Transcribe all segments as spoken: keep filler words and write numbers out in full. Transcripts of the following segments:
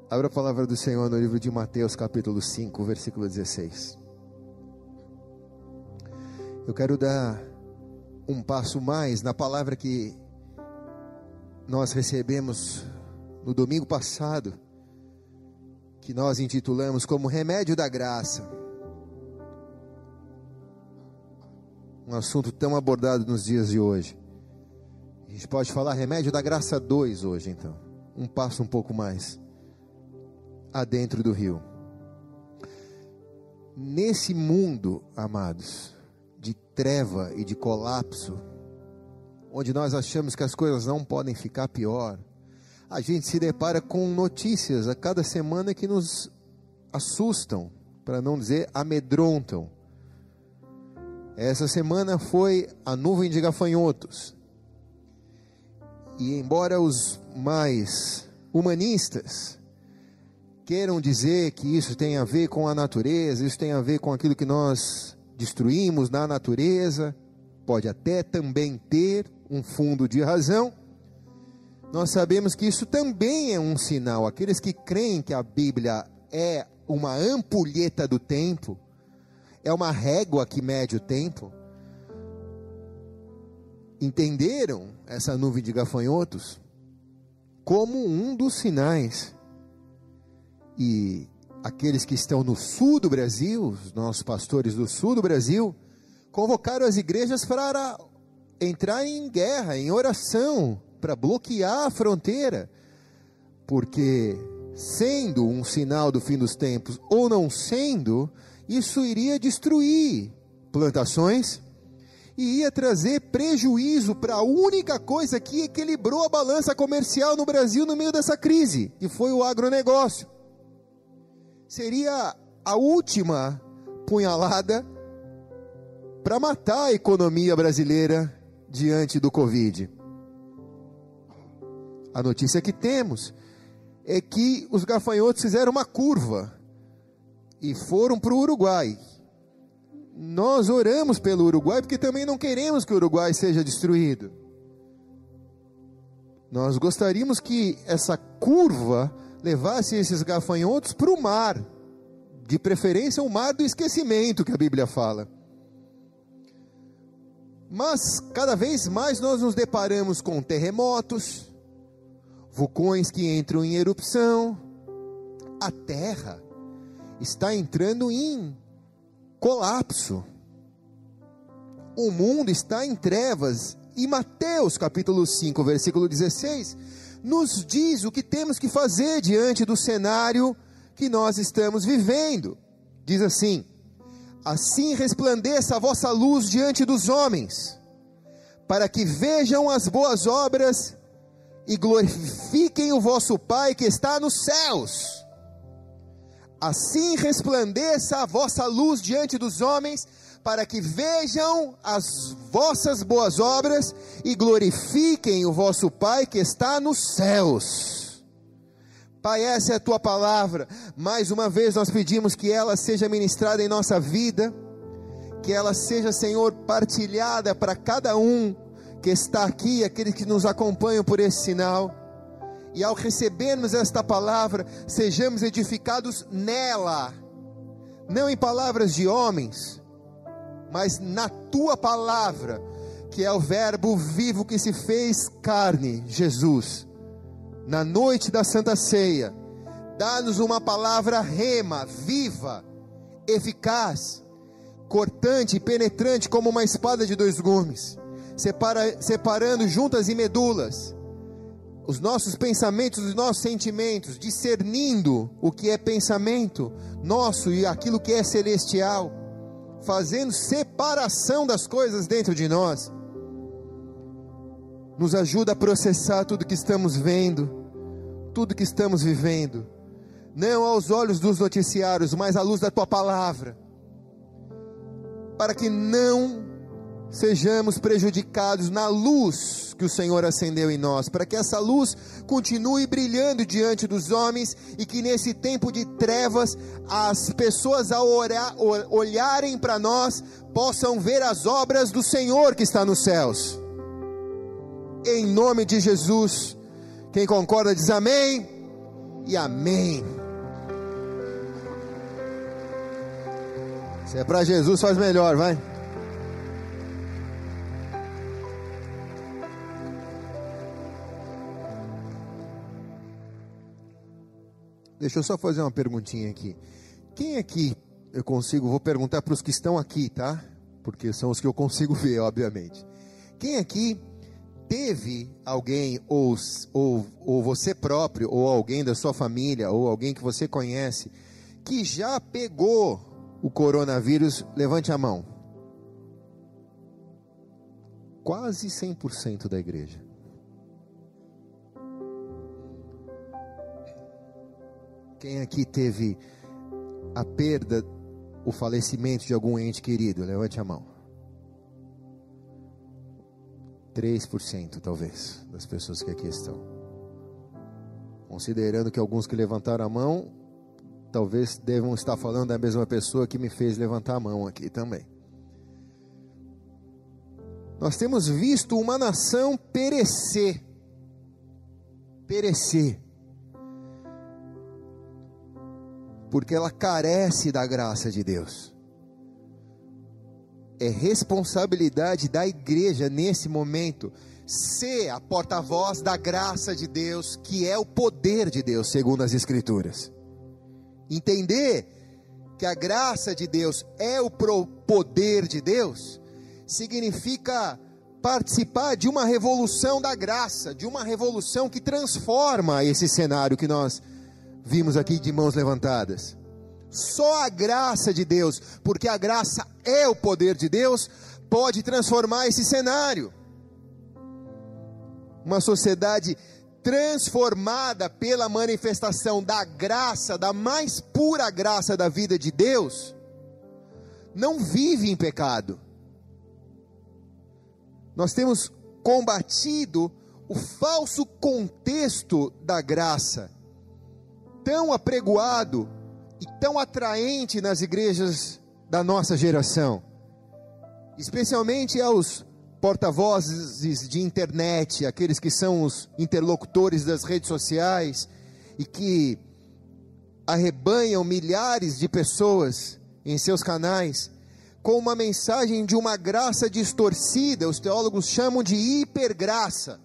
Abra a palavra do Senhor no livro de Mateus, capítulo cinco, versículo dezesseis. Eu quero dar um passo mais na palavra que nós recebemos no domingo passado, que nós intitulamos como Remédio da Graça. Um assunto tão abordado nos dias de hoje. A gente pode falar Remédio da Graça dois hoje, então. Um passo um pouco mais adentro do rio. Nesse mundo, amados, de treva e de colapso, onde nós achamos que as coisas não podem ficar pior, a gente se depara com notícias a cada semana que nos assustam, para não dizer amedrontam. Essa semana foi a nuvem de gafanhotos. E embora os mais humanistas queiram dizer que isso tem a ver com a natureza, isso tem a ver com aquilo que nós destruímos na natureza, pode até também ter um fundo de razão, nós sabemos que isso também é um sinal. Aqueles que creem que a Bíblia é uma ampulheta do tempo, é uma régua que mede o tempo, entenderam essa nuvem de gafanhotos como um dos sinais. E aqueles que estão no sul do Brasil, os nossos pastores do sul do Brasil, convocaram as igrejas para entrar em guerra, em oração, para bloquear a fronteira, porque sendo um sinal do fim dos tempos ou não sendo, isso iria destruir plantações e ia trazer prejuízo para a única coisa que equilibrou a balança comercial no Brasil no meio dessa crise, que foi o agronegócio. Seria a última punhalada para matar a economia brasileira diante do Covid. A notícia que temos é que os gafanhotos fizeram uma curva e foram para o Uruguai. Nós oramos pelo Uruguai porque também não queremos que o Uruguai seja destruído. Nós gostaríamos que essa curva levasse esses gafanhotos para o mar, de preferência o mar do esquecimento que a Bíblia fala. Mas cada vez mais nós nos deparamos com terremotos, vulcões que entram em erupção, a terra está entrando em colapso, o mundo está em trevas, e Mateus capítulo cinco, versículo dezesseis, nos diz o que temos que fazer diante do cenário que nós estamos vivendo. Diz assim: assim resplandeça a vossa luz diante dos homens, para que vejam as boas obras e glorifiquem o vosso Pai que está nos céus. Assim resplandeça a vossa luz diante dos homens, para que vejam as vossas boas obras e glorifiquem o vosso Pai que está nos céus. Pai, essa é a tua palavra. Mais uma vez nós pedimos que ela seja ministrada em nossa vida, que ela seja, Senhor, partilhada para cada um que está aqui, aqueles que nos acompanham por esse sinal. E ao recebermos esta palavra, sejamos edificados nela, não em palavras de homens, mas na tua palavra, que é o verbo vivo que se fez carne, Jesus. Na noite da Santa Ceia, dá-nos uma palavra rema, viva, eficaz, cortante e penetrante como uma espada de dois gumes, separa, separando juntas e medulas, os nossos pensamentos, os nossos sentimentos, discernindo o que é pensamento nosso e aquilo que é celestial, fazendo separação das coisas dentro de nós. Nos ajuda a processar tudo que estamos vendo, tudo que estamos vivendo, não aos olhos dos noticiários, mas à luz da tua palavra, para que não sejamos prejudicados na luz que o Senhor acendeu em nós, para que essa luz continue brilhando diante dos homens, e que nesse tempo de trevas, as pessoas ao orar, olharem para nós, possam ver as obras do Senhor que está nos céus. Em nome de Jesus, quem concorda diz amém. e amém. Se é para Jesus, faz melhor, vai. Deixa eu só fazer uma perguntinha aqui. Quem aqui eu consigo, vou perguntar para os que estão aqui, tá? Porque são os que eu consigo ver, obviamente. Quem aqui teve alguém, ou, ou, ou você próprio, ou alguém da sua família, ou alguém que você conhece, que já pegou o coronavírus? Levante a mão. Quase cem por cento da igreja. Quem aqui teve a perda, o falecimento de algum ente querido? Levante a mão. três por cento talvez das pessoas que aqui estão. Considerando que alguns que levantaram a mão, talvez devam estar falando da mesma pessoa que me fez levantar a mão aqui também. Nós temos visto uma nação perecer. Perecer. Porque ela carece da graça de Deus. É responsabilidade da igreja nesse momento ser a porta-voz da graça de Deus, que é o poder de Deus, segundo as Escrituras. Entender que a graça de Deus é o poder de Deus, significa participar de uma revolução da graça, de uma revolução que transforma esse cenário que nós vimos aqui de mãos levantadas. Só a graça de Deus, porque a graça é o poder de Deus, pode transformar esse cenário. Uma sociedade transformada pela manifestação da graça, da mais pura graça da vida de Deus, não vive em pecado. Nós temos combatido o falso contexto da graça, tão apregoado e tão atraente nas igrejas da nossa geração, especialmente aos porta-vozes de internet, aqueles que são os interlocutores das redes sociais e que arrebanham milhares de pessoas em seus canais com uma mensagem de uma graça distorcida. Os teólogos chamam de hipergraça,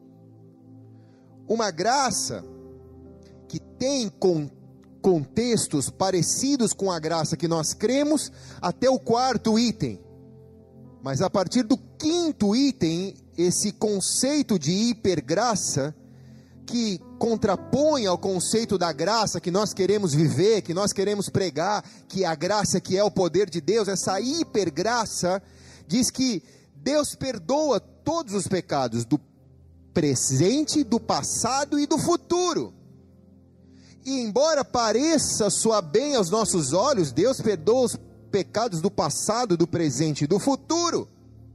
uma graça que tem com contextos parecidos com a graça que nós cremos até o quarto item, mas a partir do quinto item, esse conceito de hipergraça, que contrapõe ao conceito da graça que nós queremos viver, que nós queremos pregar, que é a graça que é o poder de Deus, essa hipergraça diz que Deus perdoa todos os pecados do presente, do passado e do futuro. E embora pareça soar bem aos nossos olhos, Deus perdoa os pecados do passado, do presente e do futuro.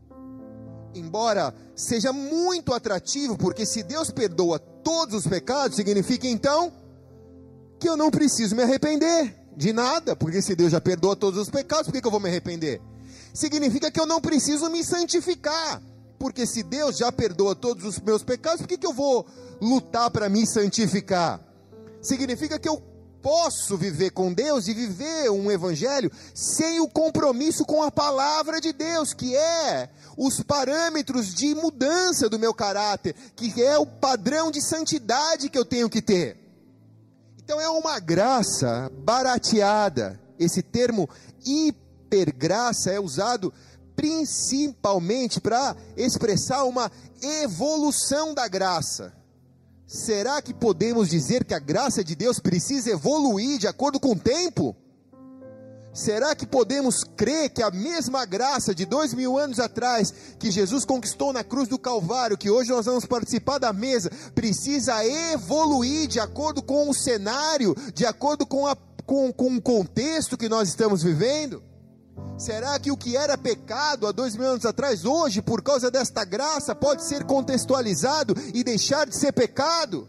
Embora seja muito atrativo, porque se Deus perdoa todos os pecados, significa então que eu não preciso me arrepender de nada, porque se Deus já perdoa todos os pecados, por que, que eu vou me arrepender? Significa que eu não preciso me santificar, porque se Deus já perdoa todos os meus pecados, por que, que eu vou lutar para me santificar? Significa que eu posso viver com Deus e viver um evangelho sem o compromisso com a palavra de Deus, que é os parâmetros de mudança do meu caráter, que é o padrão de santidade que eu tenho que ter. Então é uma graça barateada. Esse termo hipergraça é usado principalmente para expressar uma evolução da graça. Será que podemos dizer que a graça de Deus precisa evoluir de acordo com o tempo? Será que podemos crer que a mesma graça de dois mil anos atrás, que Jesus conquistou na cruz do Calvário, que hoje nós vamos participar da mesa, precisa evoluir de acordo com o cenário, de acordo com, a, com, com o contexto que nós estamos vivendo? Será que o que era pecado há dois mil anos atrás, hoje, por causa desta graça, pode ser contextualizado e deixar de ser pecado?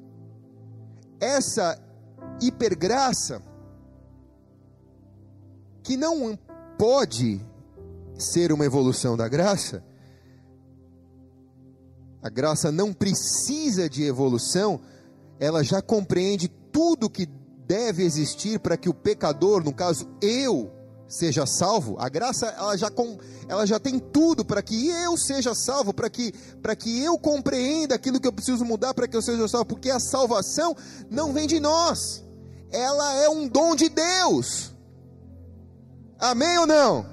Essa hipergraça, que não pode ser uma evolução da graça, a graça não precisa de evolução, ela já compreende tudo que deve existir para que o pecador, no caso eu, seja salvo. A graça, ela já, com, ela já tem tudo para que eu seja salvo, para que, para que eu compreenda aquilo que eu preciso mudar para que eu seja salvo, porque a salvação não vem de nós, ela é um dom de Deus. Amém ou não?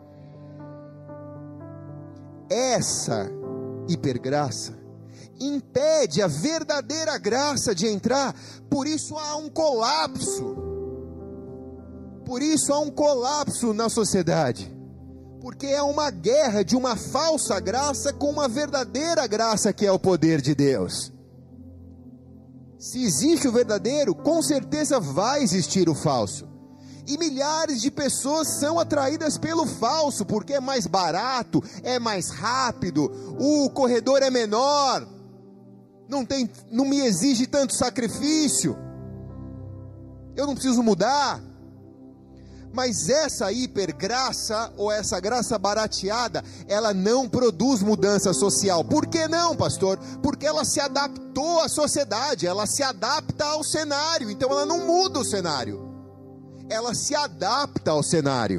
Essa hipergraça impede a verdadeira graça de entrar, por isso há um colapso, por isso há um colapso na sociedade, porque é uma guerra de uma falsa graça com uma verdadeira graça que é o poder de Deus. Se existe o verdadeiro, com certeza vai existir o falso, e milhares de pessoas são atraídas pelo falso, porque é mais barato, é mais rápido, o corredor é menor, não tem, não me exige tanto sacrifício, eu não preciso mudar. Mas essa hipergraça, ou essa graça barateada, ela não produz mudança social. Por que não, pastor? Porque ela se adaptou à sociedade, ela se adapta ao cenário, então ela não muda o cenário, ela se adapta ao cenário.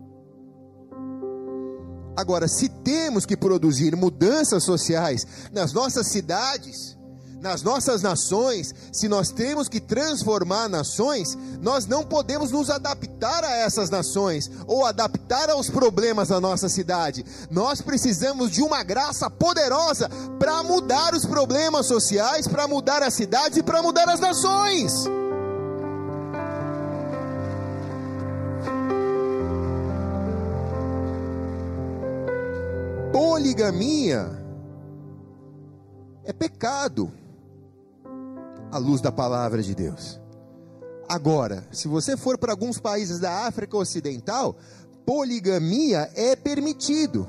Agora, se temos que produzir mudanças sociais nas nossas cidades, nas nossas nações, se nós temos que transformar nações, nós não podemos nos adaptar a essas nações, ou adaptar aos problemas da nossa cidade. Nós precisamos de uma graça poderosa para mudar os problemas sociais, para mudar as cidades e para mudar as nações. Poligamia é pecado à luz da palavra de Deus. Agora, se você for para alguns países da África Ocidental, poligamia é permitido.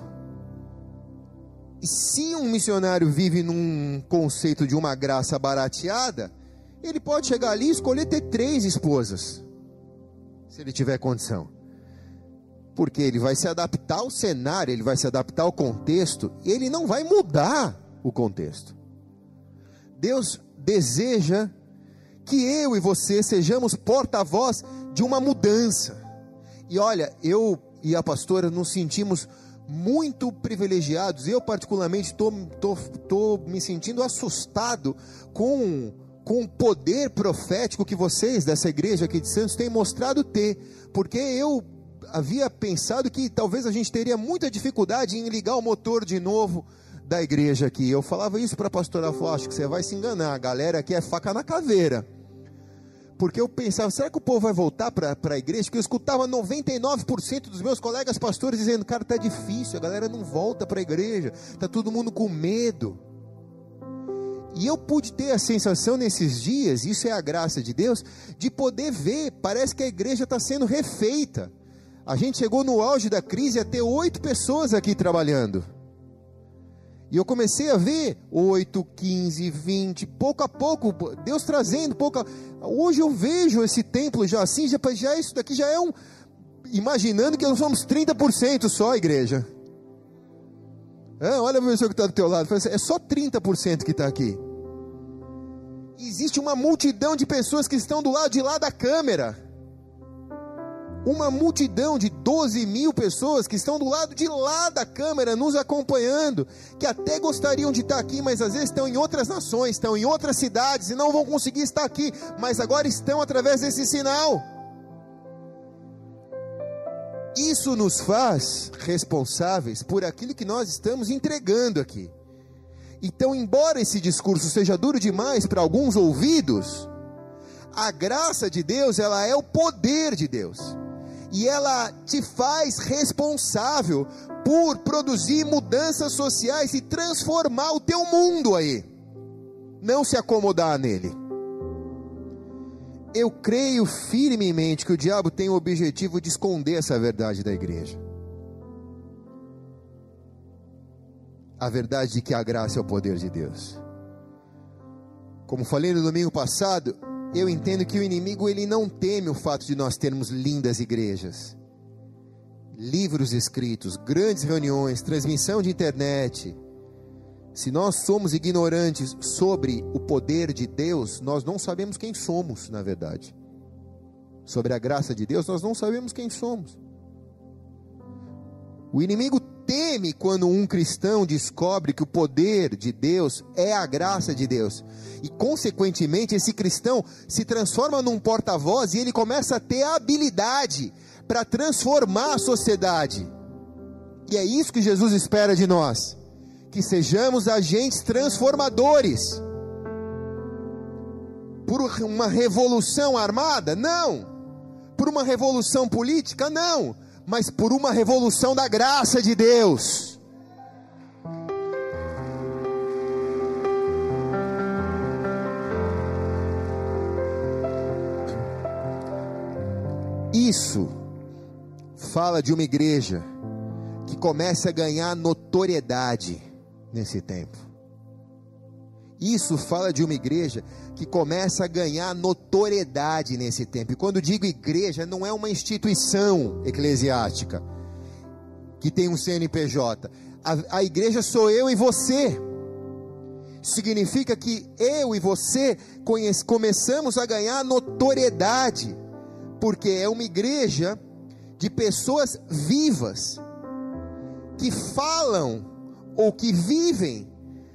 E se um missionário vive num conceito de uma graça barateada, ele pode chegar ali e escolher ter três esposas, se ele tiver condição, porque ele vai se adaptar ao cenário, ele vai se adaptar ao contexto, ele não vai mudar o contexto. Deus deseja que eu e você sejamos porta-voz de uma mudança. E olha, eu e a pastora nos sentimos muito privilegiados. Eu particularmente estou tô, tô me sentindo assustado com, com o poder profético que vocês dessa igreja aqui de Santos têm mostrado ter, porque eu havia pensado que talvez a gente teria muita dificuldade em ligar o motor de novo da igreja aqui. Eu falava isso para a pastora, ela falou: acho que você vai se enganar, a galera aqui é faca na caveira. Porque eu pensava, será que o povo vai voltar para a igreja? Porque eu escutava noventa e nove por cento dos meus colegas pastores dizendo: cara, está difícil, a galera não volta para a igreja, está todo mundo com medo. E eu pude ter a sensação nesses dias, isso é a graça de Deus, de poder ver, parece que a igreja está sendo refeita. A gente chegou no auge da crise a ter oito pessoas aqui trabalhando. E eu comecei a ver oito, quinze, vinte, pouco a pouco, Deus trazendo, pouco a... Hoje eu vejo esse templo já assim, já, já isso daqui já é um... Imaginando que nós somos trinta por cento só, igreja. É, olha a pessoa que está do teu lado, é só trinta por cento que está aqui. Existe uma multidão de pessoas que estão do lado de lá da câmera. Uma multidão de doze mil pessoas que estão do lado de lá da câmera nos acompanhando, que até gostariam de estar aqui, mas às vezes estão em outras nações, estão em outras cidades e não vão conseguir estar aqui, mas agora estão através desse sinal. Isso nos faz responsáveis por aquilo que nós estamos entregando aqui. Então, embora esse discurso seja duro demais para alguns ouvidos, a graça de Deus, ela é o poder de Deus. E ela te faz responsável por produzir mudanças sociais e transformar o teu mundo aí. Não se acomodar nele. Eu creio firmemente que o diabo tem o objetivo de esconder essa verdade da igreja. A verdade de que a graça é o poder de Deus. Como falei no domingo passado, eu entendo que o inimigo ele não teme o fato de nós termos lindas igrejas, livros escritos, grandes reuniões, transmissão de internet, Se nós somos ignorantes sobre o poder de Deus, nós não sabemos quem somos, na verdade. Sobre a graça de Deus, nós não sabemos quem somos. O inimigo teme quando um cristão descobre que o poder de Deus é a graça de Deus. E, consequentemente, esse cristão se transforma num porta-voz e ele começa a ter a habilidade para transformar a sociedade. E é isso que Jesus espera de nós. Que sejamos agentes transformadores. Por uma revolução armada? Não. Por uma revolução política? Não. Mas por uma revolução da graça de Deus. Isso fala de uma igreja que começa a ganhar notoriedade nesse tempo. Isso fala de uma igreja que começa a ganhar notoriedade nesse tempo. E quando digo igreja, não é uma instituição eclesiástica que tem um C N P J. A, a igreja sou eu e você. Significa que eu e você conhece, começamos a ganhar notoriedade, porque é uma igreja de pessoas vivas, que falam ou que vivem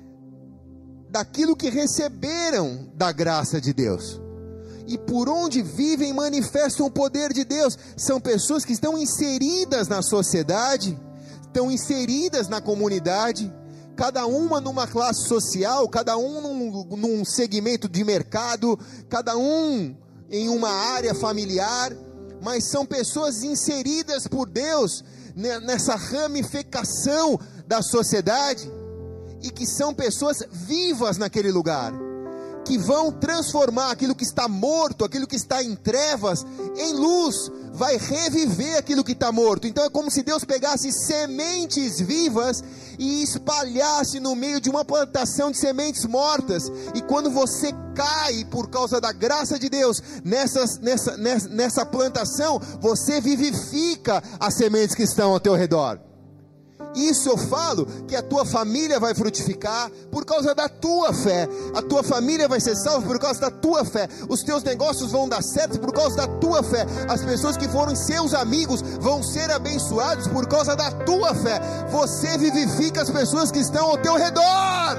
daquilo que receberam da graça de Deus, e por onde vivem manifestam o poder de Deus. São pessoas que estão inseridas na sociedade, estão inseridas na comunidade, cada uma numa classe social, cada um num, num segmento de mercado, cada um em uma área familiar, mas são pessoas inseridas por Deus nessa ramificação da sociedade, e que são pessoas vivas naquele lugar, que vão transformar aquilo que está morto, aquilo que está em trevas, em luz, vai reviver aquilo que está morto. Então é como se Deus pegasse sementes vivas e espalhasse no meio de uma plantação de sementes mortas, e quando você cai por causa da graça de Deus nessas, nessa, nessa, nessa plantação, você vivifica as sementes que estão ao teu redor. Isso eu falo, que a tua família vai frutificar por causa da tua fé. A tua família vai ser salva por causa da tua fé. Os teus negócios vão dar certo por causa da tua fé. As pessoas que foram seus amigos vão ser abençoados por causa da tua fé. Você vivifica as pessoas que estão ao teu redor.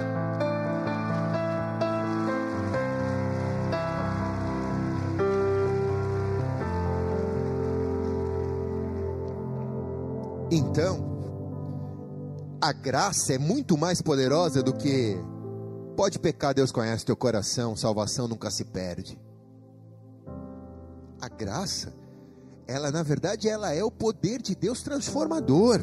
Então, a graça é muito mais poderosa do que pode pecar, Deus conhece teu coração, salvação nunca se perde. A graça, ela na verdade ela é o poder de Deus transformador.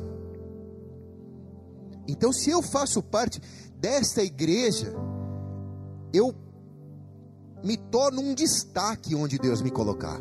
Então, se eu faço parte desta igreja, eu me torno um destaque onde Deus me colocar.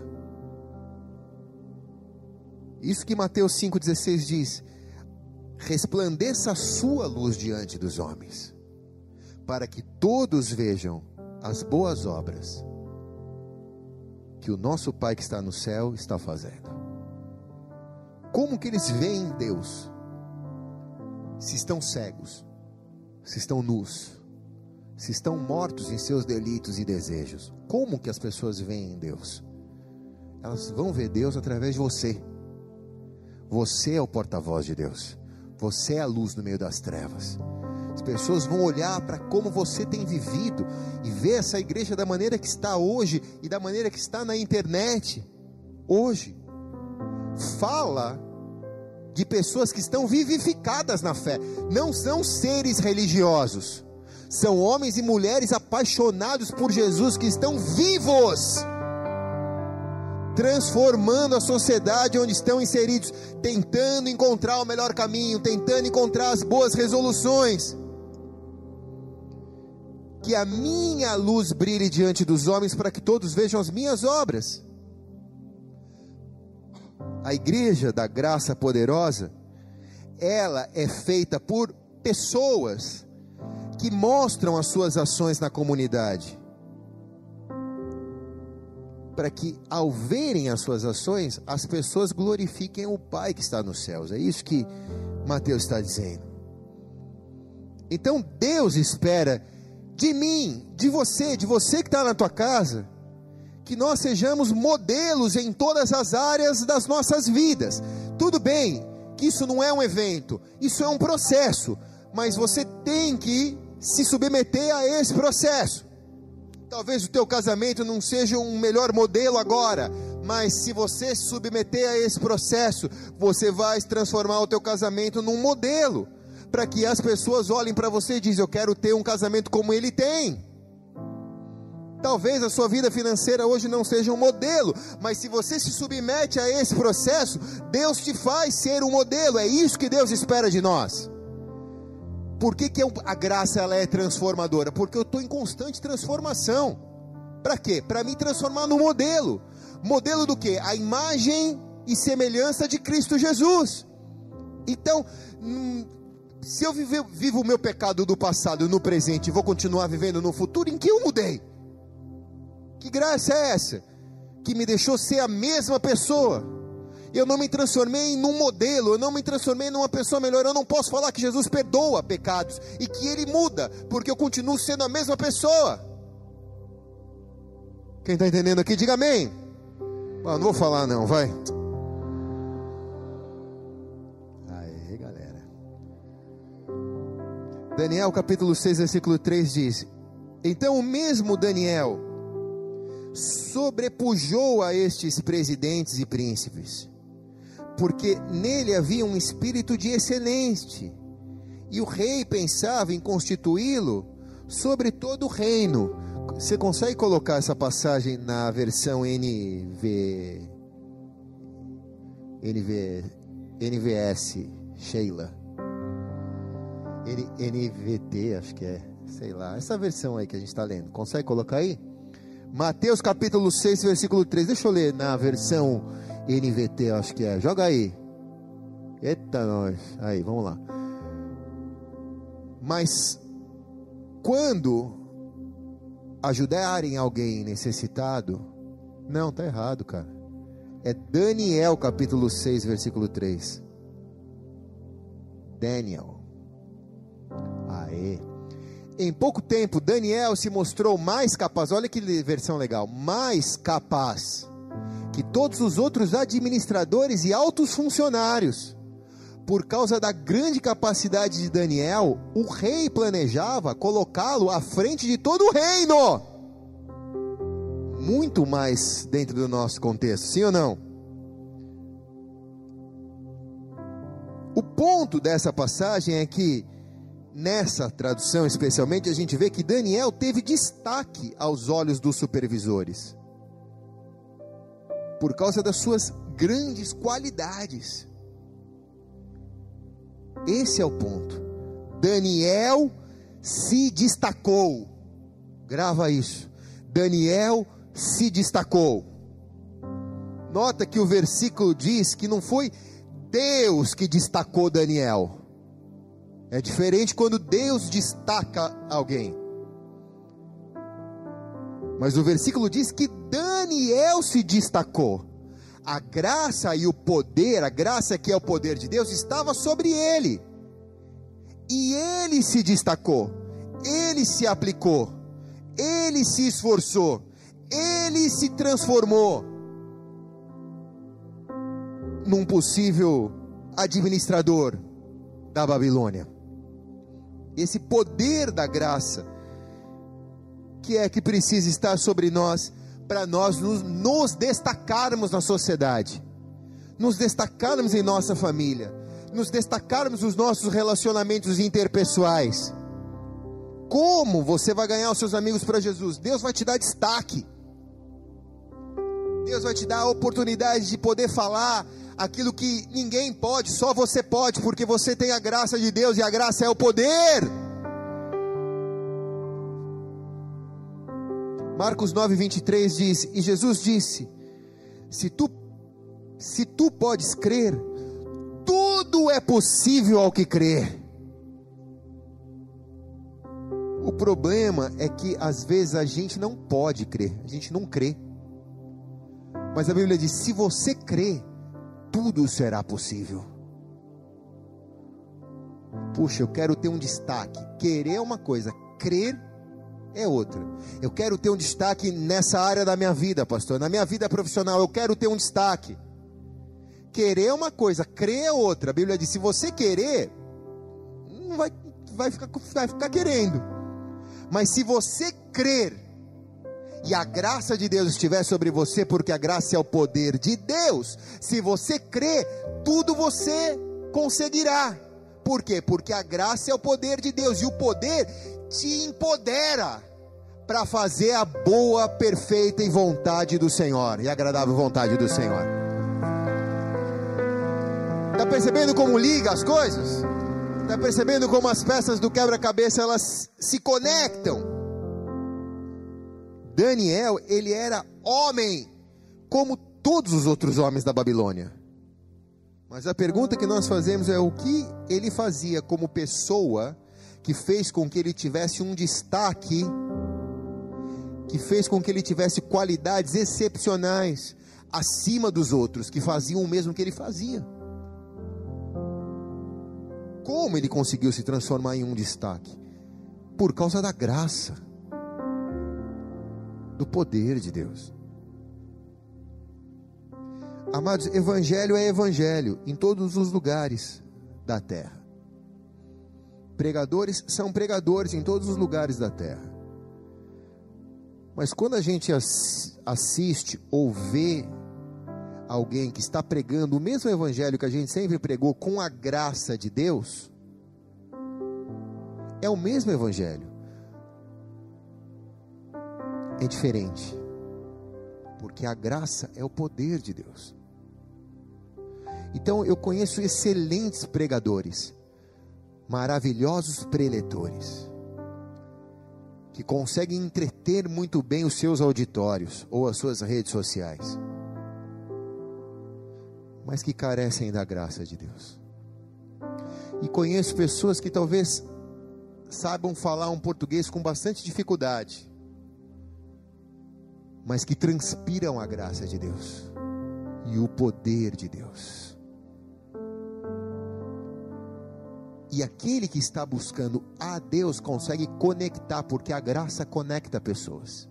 Isso que Mateus cinco dezesseis diz: resplandeça a sua luz diante dos homens, para que todos vejam as boas obras que o nosso Pai que está no céu está fazendo. Como que eles veem Deus? Se estão cegos, se estão nus, se estão mortos em seus delitos e desejos. Como que as pessoas veem Deus? Elas vão ver Deus através de você. Você é o porta-voz de Deus. Você é a luz no meio das trevas. As pessoas vão olhar para como você tem vivido e ver essa igreja da maneira que está hoje e da maneira que está na internet hoje. Fala de pessoas que estão vivificadas na fé. Não são seres religiosos, são homens e mulheres apaixonados por Jesus, que estão vivos, transformando a sociedade onde estão inseridos, tentando encontrar o melhor caminho, tentando encontrar as boas resoluções. Que a minha luz brilhe diante dos homens, para que todos vejam as minhas obras. A igreja da graça poderosa, ela é feita por pessoas que mostram as suas ações na comunidade, para que ao verem as suas ações, as pessoas glorifiquem o Pai que está nos céus. É isso que Mateus está dizendo. Então Deus espera de mim, de você, de você que está na tua casa, que nós sejamos modelos em todas as áreas das nossas vidas. Tudo bem que isso não é um evento, isso é um processo, mas você tem que se submeter a esse processo. Talvez o teu casamento não seja um melhor modelo agora, mas se você se submeter a esse processo, você vai transformar o teu casamento num modelo, para que as pessoas olhem para você e dizem: eu quero ter um casamento como ele tem. Talvez a sua vida financeira hoje não seja um modelo, mas se você se submete a esse processo, Deus te faz ser um modelo. É isso que Deus espera de nós. Por que que a graça ela é transformadora? Porque eu estou em constante transformação. Para quê? Para me transformar no modelo. Modelo do quê? A imagem e semelhança de Cristo Jesus. Então, hum, se eu vive, vivo o meu pecado do passado no presente e vou continuar vivendo no futuro, em que eu mudei? Que graça é essa? Que me deixou ser a mesma pessoa. Eu não me transformei num modelo, eu não me transformei numa pessoa melhor. Eu não posso falar que Jesus perdoa pecados e que Ele muda, porque eu continuo sendo a mesma pessoa. Quem está entendendo aqui, diga amém. Ah, não vou falar não, vai. Aê, galera. Daniel capítulo seis, versículo três diz: então o mesmo Daniel sobrepujou a estes presidentes e príncipes, porque nele havia um espírito de excelência, e o rei pensava em constituí-lo sobre todo o reino. Você consegue colocar essa passagem na versão N V, N V, N V S, Sheila? N, N V T, acho que é, sei lá, essa versão aí que a gente está lendo. Consegue colocar aí? Mateus capítulo seis, versículo três. Deixa eu ler na versão N V T, acho que é. Joga aí. Eita nós. Aí, vamos lá. Mas quando ajudarem alguém necessitado, não, tá errado, cara. É Daniel capítulo seis, versículo três. Daniel. Aê. Em pouco tempo, Daniel se mostrou mais capaz, olha que versão legal, mais capaz que todos os outros administradores e altos funcionários. Por causa da grande capacidade de Daniel, o rei planejava colocá-lo à frente de todo o reino. Muito mais dentro do nosso contexto, sim ou não? O ponto dessa passagem é que nessa tradução especialmente, a gente vê que Daniel teve destaque aos olhos dos supervisores, por causa das suas grandes qualidades. Esse é o ponto. Daniel se destacou. Grava isso. Daniel se destacou. Nota que o versículo diz que não foi Deus que destacou Daniel. É diferente quando Deus destaca alguém. Mas o versículo diz que Daniel se destacou. A graça e o poder, a graça que é o poder de Deus, estava sobre ele. E ele se destacou. Ele se aplicou. Ele se esforçou. Ele se transformou num possível administrador da Babilônia. Esse poder da graça que é que precisa estar sobre nós, para nós nos, nos destacarmos na sociedade, nos destacarmos em nossa família, nos destacarmos nos nossos relacionamentos interpessoais. Como você vai ganhar os seus amigos para Jesus? Deus vai te dar destaque. Deus vai te dar a oportunidade de poder falar aquilo que ninguém pode, só você pode, porque você tem a graça de Deus, e a graça é o poder. Marcos nove, vinte e três diz: e Jesus disse: se tu, se tu podes crer, tudo é possível ao que crer. O problema é que às vezes a gente não pode crer, a gente não crê. Mas a Bíblia diz: se você crê, tudo será possível. Puxa, eu quero ter um destaque. Querer é uma coisa, crer é outra. Eu quero ter um destaque nessa área da minha vida, pastor. Na minha vida profissional, eu quero ter um destaque. Querer é uma coisa, crer é outra. A Bíblia diz, se você querer, não vai, vai, ficar, vai ficar querendo. Mas se você crer, e a graça de Deus estiver sobre você, porque a graça é o poder de Deus, se você crer, tudo você conseguirá. Por quê? Porque a graça é o poder de Deus, e o poder te empodera para fazer a boa, perfeita e vontade do Senhor, e agradável vontade do Senhor. Está percebendo como liga as coisas? Está percebendo como as peças do quebra-cabeça, elas se conectam? Daniel, ele era homem, como todos os outros homens da Babilônia. Mas a pergunta que nós fazemos é, o que ele fazia como pessoa, que fez com que ele tivesse um destaque, que fez com que ele tivesse qualidades excepcionais, acima dos outros, que faziam o mesmo que ele fazia? Como ele conseguiu se transformar em um destaque? Por causa da graça, do poder de Deus. Amados, evangelho é evangelho em todos os lugares da terra. Pregadores são pregadores em todos os lugares da terra. Mas quando a gente assiste ou vê alguém que está pregando o mesmo evangelho que a gente sempre pregou, com a graça de Deus, é o mesmo evangelho, é diferente, porque a graça é o poder de Deus. Então eu conheço excelentes pregadores, maravilhosos preletores, que conseguem entreter muito bem os seus auditórios ou as suas redes sociais, mas que carecem da graça de Deus. E conheço pessoas que talvez saibam falar um português com bastante dificuldade, mas que transpiram a graça de Deus e o poder de Deus. E aquele que está buscando a Deus consegue conectar, porque a graça conecta pessoas.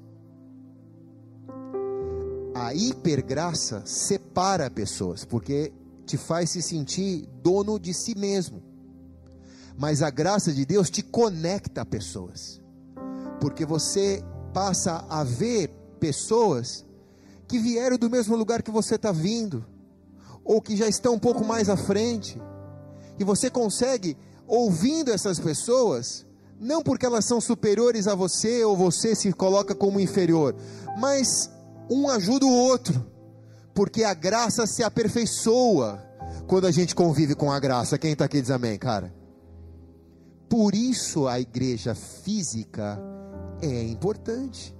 A hipergraça separa pessoas, porque te faz se sentir dono de si mesmo. Mas a graça de Deus te conecta a pessoas, porque você passa a ver pessoas que vieram do mesmo lugar que você está vindo, ou que já estão um pouco mais à frente, e você consegue, ouvindo essas pessoas, não porque elas são superiores a você, ou você se coloca como inferior, mas um ajuda o outro, porque a graça se aperfeiçoa quando a gente convive com a graça. Quem está aqui diz amém, cara? Por isso a igreja física é importante.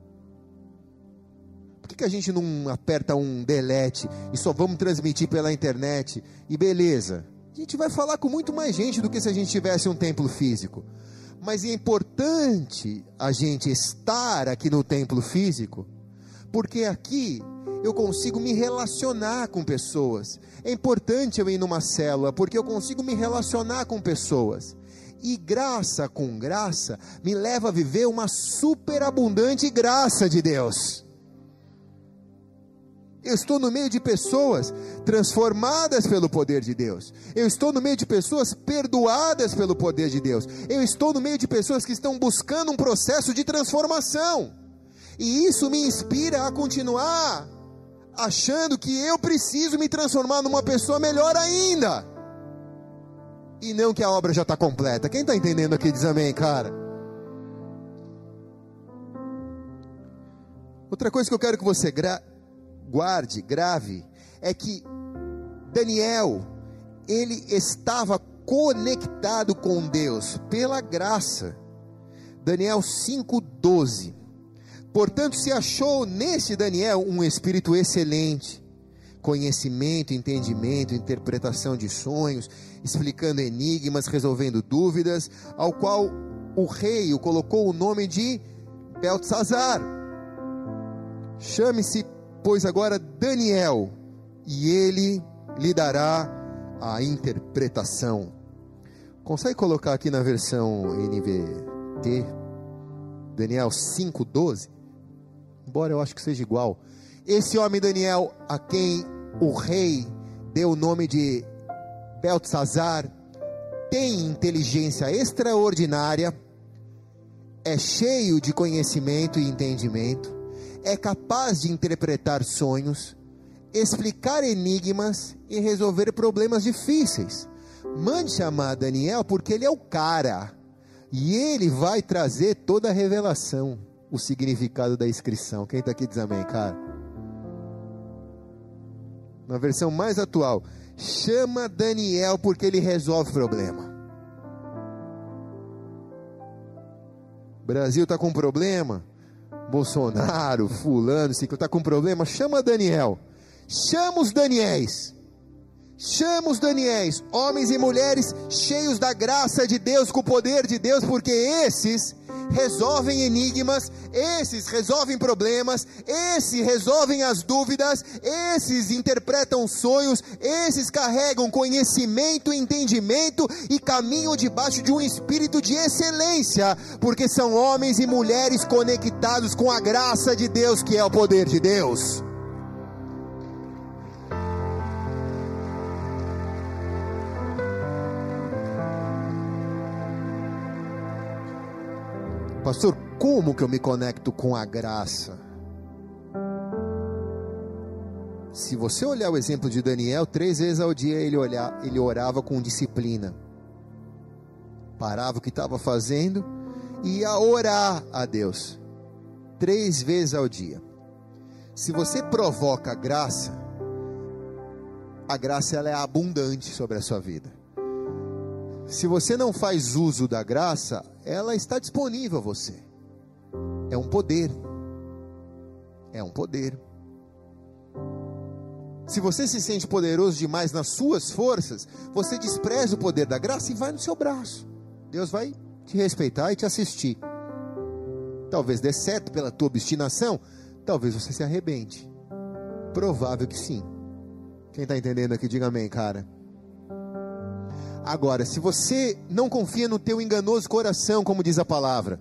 Por que, que a gente não aperta um delete e só vamos transmitir pela internet e beleza? A gente vai falar com muito mais gente do que se a gente tivesse um templo físico. Mas é importante a gente estar aqui no templo físico, porque aqui eu consigo me relacionar com pessoas. É importante eu ir numa célula, porque eu consigo me relacionar com pessoas. E graça com graça me leva a viver uma superabundante graça de Deus. Eu estou no meio de pessoas transformadas pelo poder de Deus. Eu estou no meio de pessoas perdoadas pelo poder de Deus. Eu estou no meio de pessoas que estão buscando um processo de transformação. E isso me inspira a continuar achando que eu preciso me transformar numa pessoa melhor ainda. E não que a obra já está completa. Quem está entendendo aqui diz amém, cara? Outra coisa que eu quero que você gra- guarde, grave, é que Daniel, ele estava conectado com Deus pela graça. Daniel cinco, doze. Portanto, se achou nesse Daniel um espírito excelente, conhecimento, entendimento, interpretação de sonhos, explicando enigmas, resolvendo dúvidas, ao qual o rei o colocou o nome de Beltesazar. Chame-se, pois, agora Daniel, e ele lhe dará a interpretação. Consegue colocar aqui na versão N V T, Daniel cinco, doze? Embora eu acho que seja igual. Esse homem Daniel, a quem o rei deu o nome de Beltesazar, tem inteligência extraordinária, é cheio de conhecimento e entendimento, é capaz de interpretar sonhos, explicar enigmas e resolver problemas difíceis. Mande chamar Daniel, porque ele é o cara, e ele vai trazer toda a revelação, o significado da inscrição. Quem está aqui diz amém, cara? Na versão mais atual, chama Daniel porque ele resolve problema. Brasil está com problema, Bolsonaro, fulano, ciclo está com problema, chama Daniel. Chama os Daniéis. Chama os Daniéis, homens e mulheres cheios da graça de Deus, com o poder de Deus, porque esses resolvem enigmas, esses resolvem problemas, esses resolvem as dúvidas, esses interpretam sonhos, esses carregam conhecimento, entendimento e caminham debaixo de um espírito de excelência, porque são homens e mulheres conectados com a graça de Deus, que é o poder de Deus. Pastor, como que eu me conecto com a graça? Se você olhar o exemplo de Daniel, três vezes ao dia ele, olhar, ele orava com disciplina. Parava o que estava fazendo e ia orar a Deus. Três vezes ao dia. Se você provoca a graça, a graça ela é abundante sobre a sua vida. Se você não faz uso da graça, ela está disponível a você. É um poder. É um poder. Se você se sente poderoso demais nas suas forças, você despreza o poder da graça e vai no seu braço. Deus vai te respeitar e te assistir. Talvez dê certo pela tua obstinação, talvez você se arrebente. Provável que sim. Quem está entendendo aqui, diga amém, cara. Agora, se você não confia no teu enganoso coração, como diz a palavra,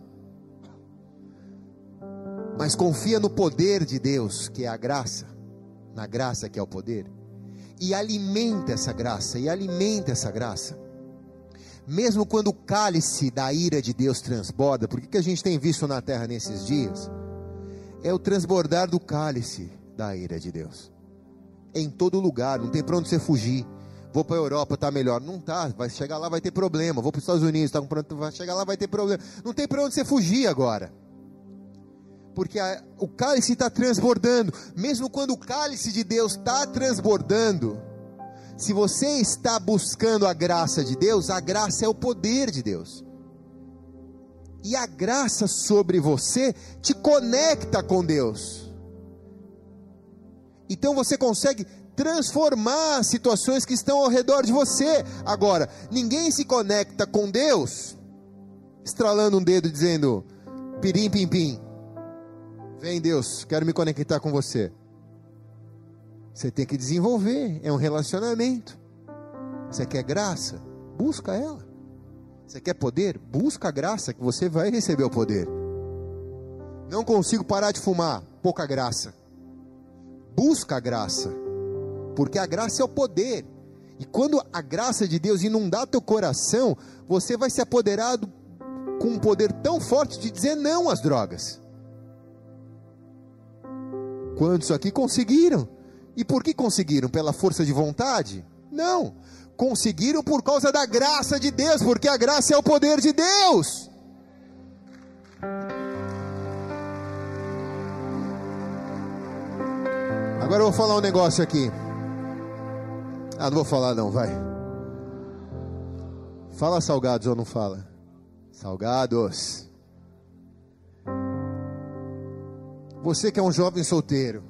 mas confia no poder de Deus, que é a graça, na graça que é o poder, e alimenta essa graça, e alimenta essa graça, mesmo quando o cálice da ira de Deus transborda, porque o que a gente tem visto na terra nesses dias, é o transbordar do cálice da ira de Deus, em todo lugar, não tem para onde você fugir. Vou para a Europa, está melhor. Não está, vai chegar lá, vai ter problema. Vou para os Estados Unidos, tá com... vai chegar lá, vai ter problema. Não tem para onde você fugir agora. Porque a, o cálice está transbordando. Mesmo quando o cálice de Deus está transbordando, se você está buscando a graça de Deus, a graça é o poder de Deus. E a graça sobre você te conecta com Deus. Então você consegue transformar situações que estão ao redor de você. Agora, ninguém se conecta com Deus estralando um dedo dizendo pirim pim pim, vem Deus, quero me conectar com você. Você tem que desenvolver, é um relacionamento. Você quer graça? Busca ela. Você quer poder? Busca a graça, que você vai receber o poder. Não consigo parar de fumar, pouca graça. Busca a graça, porque a graça é o poder, e quando a graça de Deus inundar teu coração, você vai se apoderar do, com um poder tão forte de dizer não às drogas. Quantos aqui conseguiram? E por que conseguiram? Pela força de vontade? Não, conseguiram por causa da graça de Deus, porque a graça é o poder de Deus. Agora eu vou falar um negócio aqui. Ah, não vou falar não, vai. Fala salgados ou não fala? Salgados. Você que é um jovem solteiro,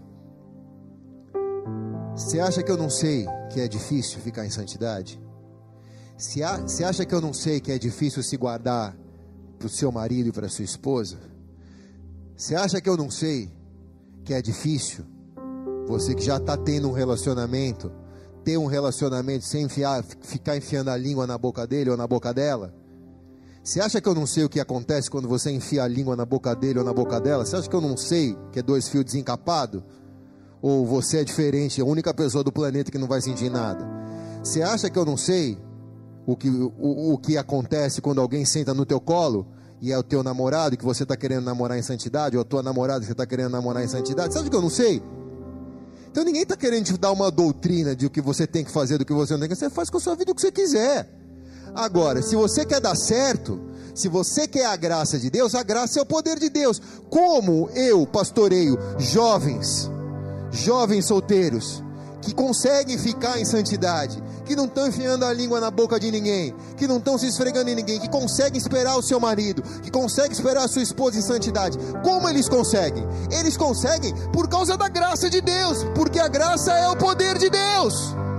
você acha que eu não sei que é difícil ficar em santidade? Você acha que eu não sei que é difícil se guardar para o seu marido e para a sua esposa? Você acha que eu não sei que é difícil? Você que já está tendo um relacionamento, ter um relacionamento sem enfiar, ficar enfiando a língua na boca dele ou na boca dela? Você acha que eu não sei o que acontece quando você enfia a língua na boca dele ou na boca dela? Você acha que eu não sei que é dois fios desencapados? Ou você é diferente, é a única pessoa do planeta que não vai sentir nada? Você acha que eu não sei o que, o, o que acontece quando alguém senta no teu colo e é o teu namorado que você está querendo namorar em santidade, ou a tua namorada que você está querendo namorar em santidade? Você acha que eu não sei? Então ninguém está querendo te dar uma doutrina de o que você tem que fazer, do que você não tem que fazer. Você faz com a sua vida o que você quiser. Agora, se você quer dar certo, se você quer a graça de Deus, a graça é o poder de Deus. Como eu pastoreio jovens, jovens solteiros, que conseguem ficar em santidade, que não estão enfiando a língua na boca de ninguém, que não estão se esfregando em ninguém, que conseguem esperar o seu marido, que conseguem esperar a sua esposa em santidade. Como eles conseguem? Eles conseguem por causa da graça de Deus, porque a graça é o poder de Deus.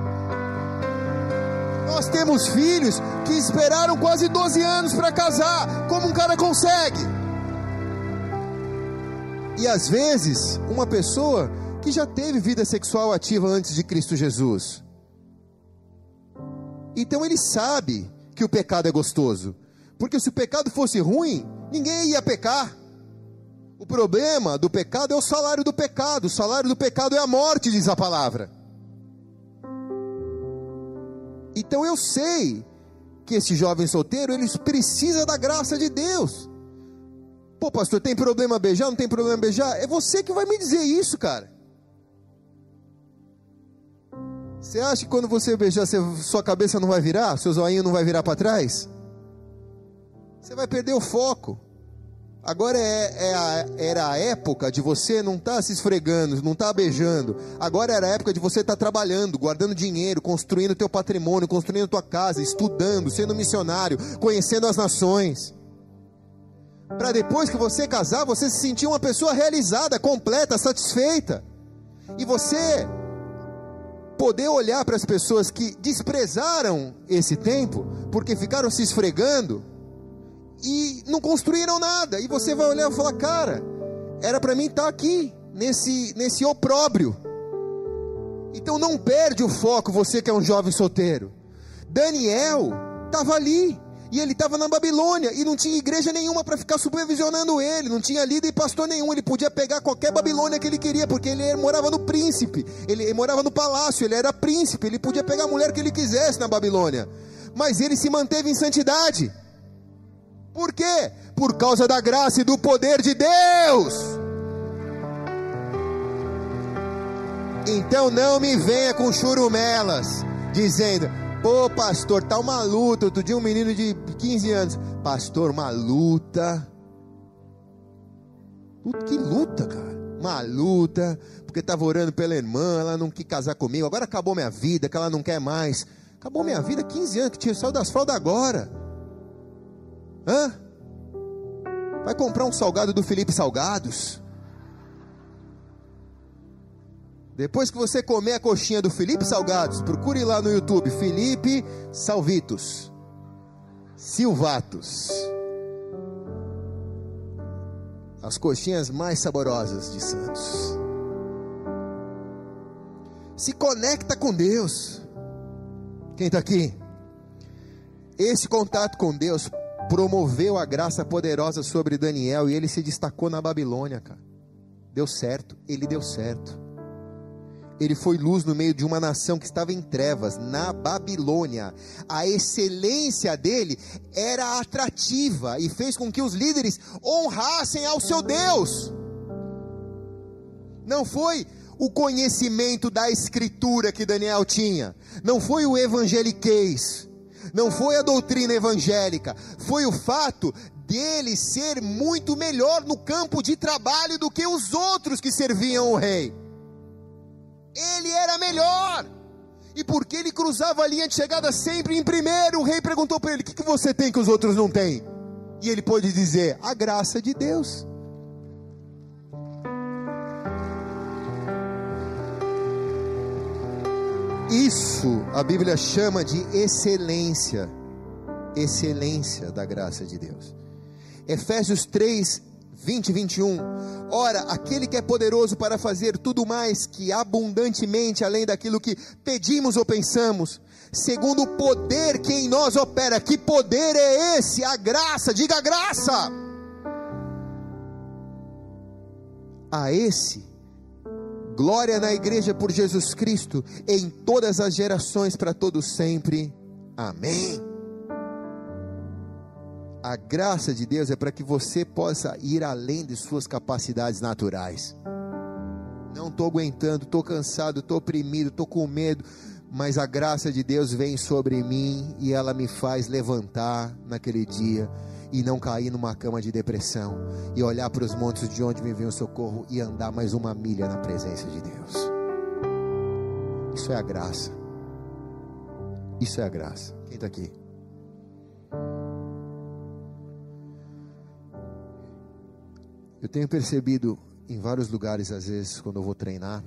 Nós temos filhos que esperaram quase doze anos para casar. Como um cara consegue? E às vezes, uma pessoa que já teve vida sexual ativa antes de Cristo Jesus. Então ele sabe que o pecado é gostoso. Porque se o pecado fosse ruim, ninguém ia pecar. O problema do pecado é o salário do pecado. O salário do pecado é a morte, diz a palavra. Então eu sei que esse jovem solteiro, ele precisa da graça de Deus. Pô, pastor, tem problema beijar? Não tem problema beijar? É você que vai me dizer isso, cara. Você acha que quando você beijar, você, sua cabeça não vai virar? Seu zoinho não vai virar para trás? Você vai perder o foco. Agora é, é a, era a época de você não estar tá se esfregando, não estar tá beijando. Agora era a época de você estar tá trabalhando, guardando dinheiro, construindo teu patrimônio, construindo tua casa, estudando, sendo missionário, conhecendo as nações. Para depois que você casar, você se sentir uma pessoa realizada, completa, satisfeita. E você poder olhar para as pessoas que desprezaram esse tempo, porque ficaram se esfregando e não construíram nada, e você vai olhar e falar, cara, era para mim estar aqui, nesse, nesse opróbrio. Então não perde o foco, você que é um jovem solteiro. Daniel estava ali, e ele estava na Babilônia, e não tinha igreja nenhuma para ficar supervisionando ele, não tinha líder e pastor nenhum, ele podia pegar qualquer Babilônia que ele queria, porque ele morava no príncipe, ele, ele morava no palácio, ele era príncipe, ele podia pegar a mulher que ele quisesse na Babilônia, mas ele se manteve em santidade. Por quê? Por causa da graça e do poder de Deus. Então não me venha com churumelas, dizendo, pô pastor, tá uma luta. Outro dia um menino de quinze anos, pastor, uma luta. Que luta, cara? Uma luta, porque estava orando pela irmã, ela não quis casar comigo, agora acabou minha vida, que ela não quer mais. Acabou minha vida, quinze anos, que tinha saiu das fraldas agora. Hã? Vai comprar um salgado do Felipe Salgados? Depois que você comer a coxinha do Felipe Salgados, procure lá no YouTube, Felipe Salvitos Silvatos, as coxinhas mais saborosas de Santos. Se conecta com Deus. Quem está aqui? Esse contato com Deus promoveu a graça poderosa sobre Daniel, e ele se destacou na Babilônia, cara. Deu certo, ele deu certo. Ele foi luz no meio de uma nação que estava em trevas, na Babilônia. A excelência dele era atrativa e fez com que os líderes honrassem ao seu Deus. Não foi o conhecimento da escritura que Daniel tinha, não foi o evangeliquez, não foi a doutrina evangélica, foi o fato dele ser muito melhor no campo de trabalho do que os outros que serviam o rei. Ele era melhor, e porque ele cruzava a linha de chegada sempre em primeiro, o rei perguntou para ele, o que, que você tem que os outros não têm? E ele pôde dizer, a graça de Deus. Isso a Bíblia chama de excelência, excelência da graça de Deus. Efésios três, vinte, vinte e um. Ora, aquele que é poderoso para fazer tudo mais que abundantemente, além daquilo que pedimos ou pensamos, segundo o poder que em nós opera. Que poder é esse? A graça, diga a graça. A esse, glória na igreja por Jesus Cristo, em todas as gerações, para todos sempre. Amém. A graça de Deus é para que você possa ir além de suas capacidades naturais. Não estou aguentando, estou cansado, estou oprimido, estou com medo, mas a graça de Deus vem sobre mim e ela me faz levantar naquele dia e não cair numa cama de depressão, e olhar para os montes de onde me vem o socorro e andar mais uma milha na presença de Deus. Isso é a graça. Isso é a graça. Quem está aqui? Eu tenho percebido em vários lugares, às vezes, quando eu vou treinar,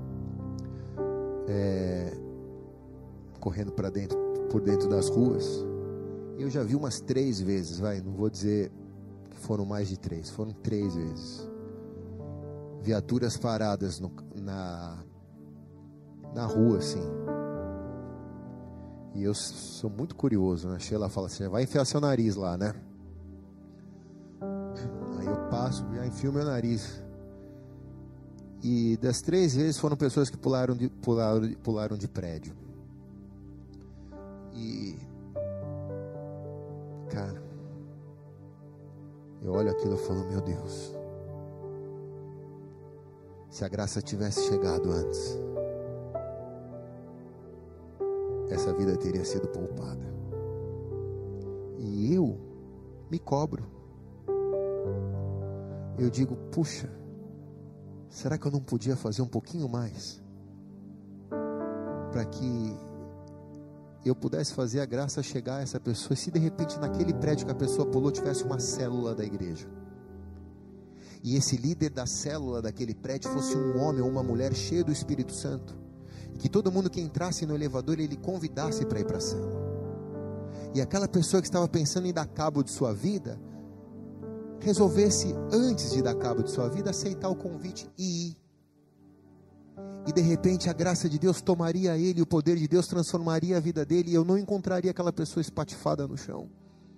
é, correndo para dentro, por dentro das ruas, eu já vi umas três vezes, vai, não vou dizer que foram mais de três, foram três vezes, viaturas paradas no, na, na rua, assim, e eu sou muito curioso, né? Sheila fala assim, vai enfiar seu nariz lá, né? Aí eu passo, já enfio meu nariz. E das três vezes foram pessoas que pularam de, pularam, pularam de prédio. E, cara, eu olho aquilo e falo, meu Deus, se a graça tivesse chegado antes, essa vida teria sido poupada. E eu me cobro. Eu digo, puxa, será que eu não podia fazer um pouquinho mais para que eu pudesse fazer a graça chegar a essa pessoa? E se de repente naquele prédio que a pessoa pulou tivesse uma célula da igreja, e esse líder da célula daquele prédio fosse um homem ou uma mulher cheio do Espírito Santo, e que todo mundo que entrasse no elevador ele convidasse para ir para a célula, e aquela pessoa que estava pensando em dar cabo de sua vida resolvesse, antes de dar cabo de sua vida, aceitar o convite e ir. E de repente a graça de Deus tomaria ele, o poder de Deus transformaria a vida dele, e eu não encontraria aquela pessoa espatifada no chão.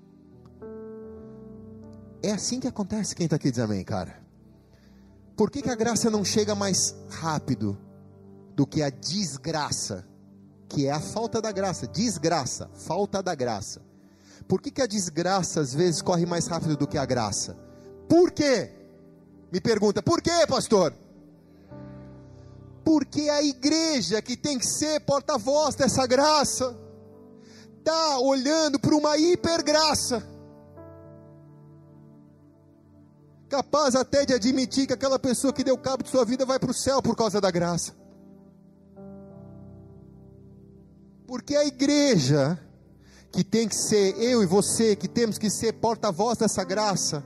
É assim que acontece. Quem está aqui diz amém, cara? Por que que a graça não chega mais rápido do que a desgraça, que é a falta da graça? Desgraça, falta da graça. Por que que a desgraça às vezes corre mais rápido do que a graça? Por quê? Me pergunta, por quê, pastor? Porque a igreja, que tem que ser porta-voz dessa graça, está olhando para uma hipergraça, capaz até de admitir que aquela pessoa que deu cabo de sua vida vai para o céu por causa da graça. Porque a igreja, que tem que ser eu e você, que temos que ser porta-voz dessa graça,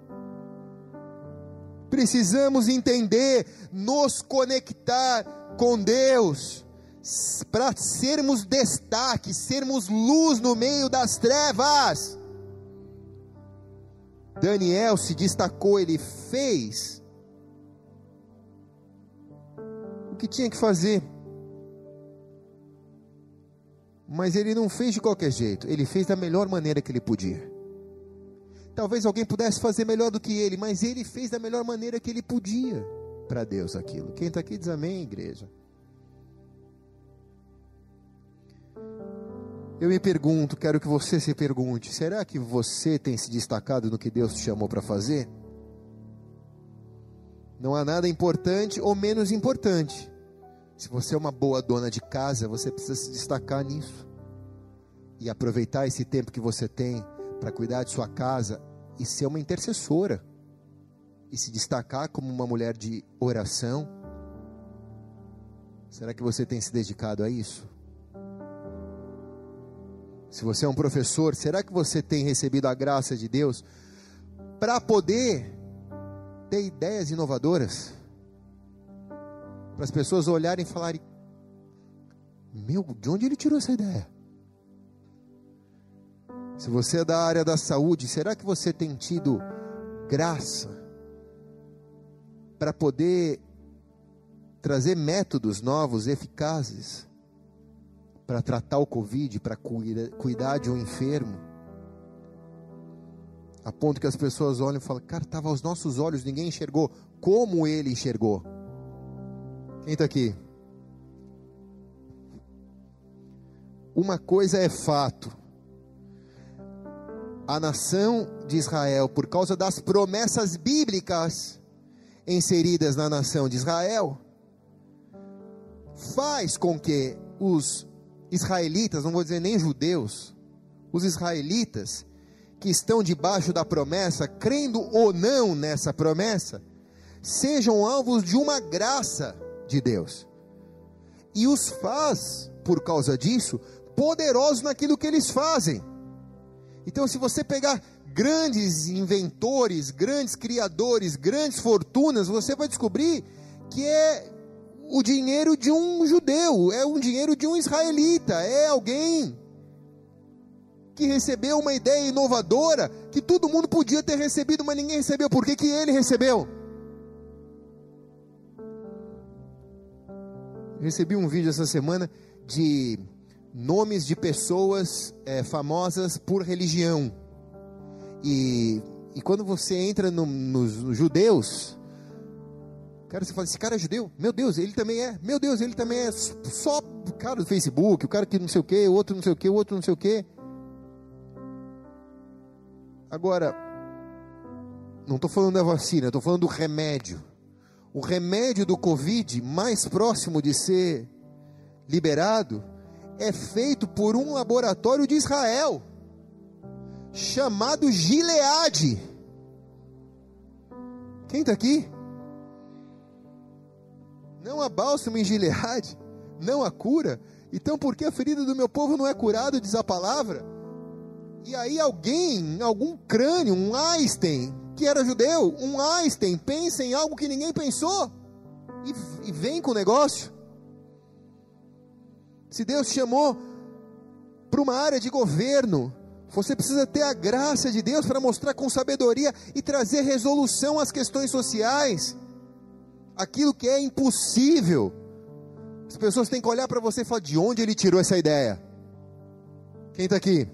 precisamos entender, nos conectar com Deus, para sermos destaque, sermos luz no meio das trevas. Daniel se destacou, ele fez o que tinha que fazer, mas ele não fez de qualquer jeito, ele fez da melhor maneira que ele podia. Talvez alguém pudesse fazer melhor do que ele, mas ele fez da melhor maneira que ele podia para Deus aquilo. Quem está aqui diz amém, igreja. Eu me pergunto, quero que você se pergunte, será que você tem se destacado no que Deus te chamou para fazer? Não há nada importante ou menos importante. Se você é uma boa dona de casa, você precisa se destacar nisso, e aproveitar esse tempo que você tem para cuidar de sua casa, e ser uma intercessora, e se destacar como uma mulher de oração. Será que você tem se dedicado a isso? Se você é um professor, será que você tem recebido a graça de Deus para poder ter ideias inovadoras? Para as pessoas olharem e falarem, meu, de onde ele tirou essa ideia? Se você é da área da saúde, será que você tem tido graça para poder trazer métodos novos, eficazes, para tratar o Covid, para cuida, cuidar de um enfermo, a ponto que as pessoas olham e falam, cara, estava aos nossos olhos, ninguém enxergou como ele enxergou. Quem está aqui? Uma coisa é fato, a nação de Israel, por causa das promessas bíblicas inseridas na nação de Israel, faz com que os israelitas, não vou dizer nem judeus, os israelitas que estão debaixo da promessa, crendo ou não nessa promessa, sejam alvos de uma graça de Deus, e os faz, por causa disso, poderosos naquilo que eles fazem. Então, se você pegar grandes inventores, grandes criadores, grandes fortunas, você vai descobrir que é o dinheiro de um judeu, é o dinheiro de um israelita, é alguém que recebeu uma ideia inovadora, que todo mundo podia ter recebido, mas ninguém recebeu. Por que que ele recebeu? Recebi um vídeo essa semana de nomes de pessoas é, famosas por religião, e, e quando você entra no, nos, nos judeus, cara, você fala, esse cara é judeu? Meu Deus, ele também é, meu Deus, ele também é, só o cara do Facebook, o cara que não sei o que, o outro não sei o que, o outro não sei o que. Agora, não estou falando da vacina, estou falando do remédio. O remédio do Covid, mais próximo de ser liberado, é feito por um laboratório de Israel, chamado Gileade. Quem está aqui? Não há bálsamo em Gileade, não há cura. Então por que a ferida do meu povo não é curada, diz a palavra? E aí alguém, algum crânio, um Einstein, que era judeu, um Einstein, pensa em algo que ninguém pensou, e, e vem com o negócio. Se Deus te chamou para uma área de governo, você precisa ter a graça de Deus para mostrar com sabedoria e trazer resolução às questões sociais, aquilo que é impossível. As pessoas têm que olhar para você e falar, de onde ele tirou essa ideia? Quem está aqui?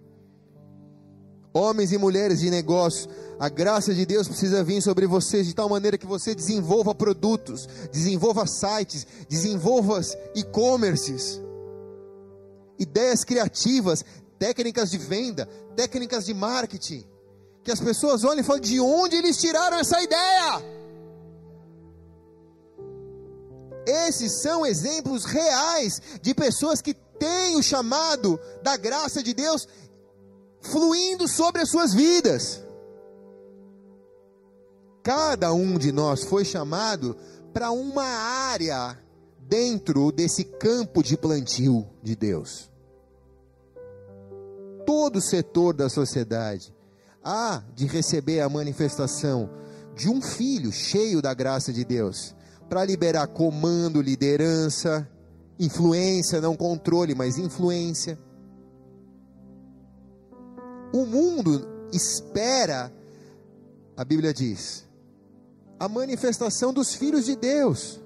Homens e mulheres de negócio, a graça de Deus precisa vir sobre vocês, de tal maneira que você desenvolva produtos, desenvolva sites, desenvolva e-commerces, ideias criativas, técnicas de venda, técnicas de marketing, que as pessoas olhem e falem, de onde eles tiraram essa ideia? Esses são exemplos reais de pessoas que têm o chamado da graça de Deus fluindo sobre as suas vidas. Cada um de nós foi chamado para uma área dentro desse campo de plantio de Deus. Todo setor da sociedade há de receber a manifestação de um filho cheio da graça de Deus, para liberar comando, liderança, influência, não controle, mas influência. O mundo espera, a Bíblia diz, a manifestação dos filhos de Deus.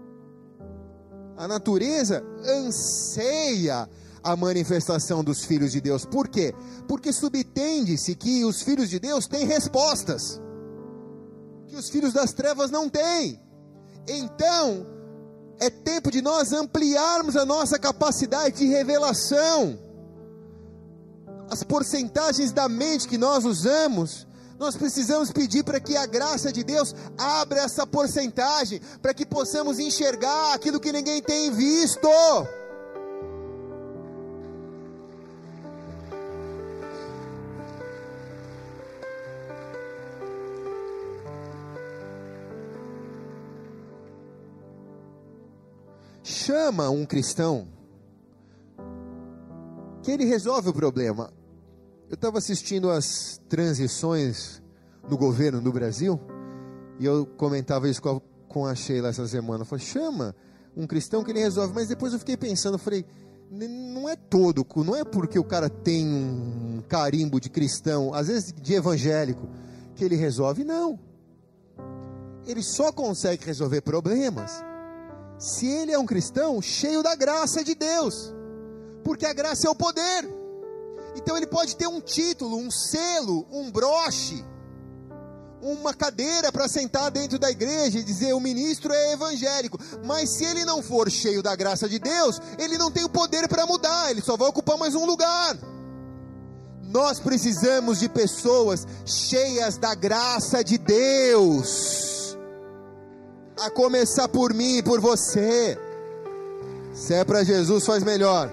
A natureza anseia a manifestação dos filhos de Deus. Por quê? Porque subtende-se que os filhos de Deus têm respostas, que os filhos das trevas não têm. Então, é tempo de nós ampliarmos a nossa capacidade de revelação. As porcentagens da mente que nós usamos, nós precisamos pedir para que a graça de Deus abra essa porcentagem, para que possamos enxergar aquilo que ninguém tem visto. Chama um cristão que ele resolve o problema. Eu estava assistindo as transições no governo do Brasil, e eu comentava isso com a, com a Sheila essa semana. Eu falei, chama um cristão que ele resolve. Mas depois eu fiquei pensando, eu falei, não é todo, não é porque o cara tem um carimbo de cristão, às vezes de evangélico, que ele resolve, não. ele só consegue resolver problemas se ele é um cristão cheio da graça de Deus, porque a graça é o poder. Então ele pode ter um título, um selo, um broche, uma cadeira para sentar dentro da igreja e dizer o ministro é evangélico, mas se ele não for cheio da graça de Deus, ele não tem o poder para mudar, ele só vai ocupar mais um lugar. Nós precisamos de pessoas cheias da graça de Deus, a começar por mim e por você. Se é para Jesus, faz melhor.